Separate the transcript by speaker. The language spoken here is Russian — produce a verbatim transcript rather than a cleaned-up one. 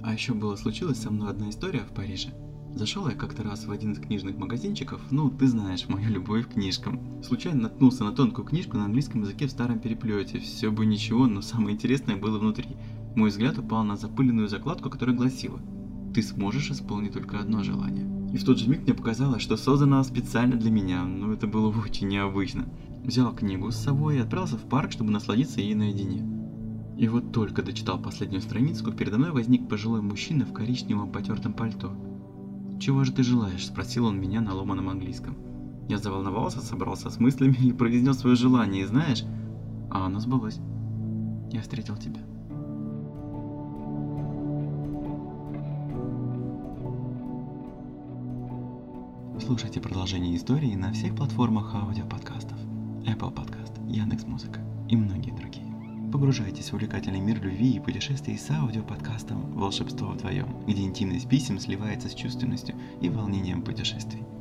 Speaker 1: А еще было случилось со мной одна история в Париже. Зашел я как-то раз в один из книжных магазинчиков, ну, ты знаешь, мою любовь к книжкам. Случайно наткнулся на тонкую книжку на английском языке в старом переплете. Все бы ничего, но самое интересное было внутри. Мой взгляд упал на запыленную закладку, которая гласила: «Ты сможешь исполнить только одно желание». И в тот же миг мне показалось, что создана она специально для меня, но это было очень необычно. Взял книгу с собой и отправился в парк, чтобы насладиться ей наедине. И вот только дочитал последнюю страницу, как передо мной возник пожилой мужчина в коричневом потертом пальто. «Чего же ты желаешь?» – спросил он меня на ломаном английском. Я заволновался, собрался с мыслями и произнес свое желание, и знаешь, а оно сбылось. Я встретил тебя. Слушайте продолжение истории на всех платформах аудиоподкастов: Apple Podcast, Яндекс.Музыка и многие другие. Погружайтесь в увлекательный мир любви и путешествий с аудиоподкастом «Волшебство вдвоем», где интимность писем сливается с чувственностью и волнением путешествий.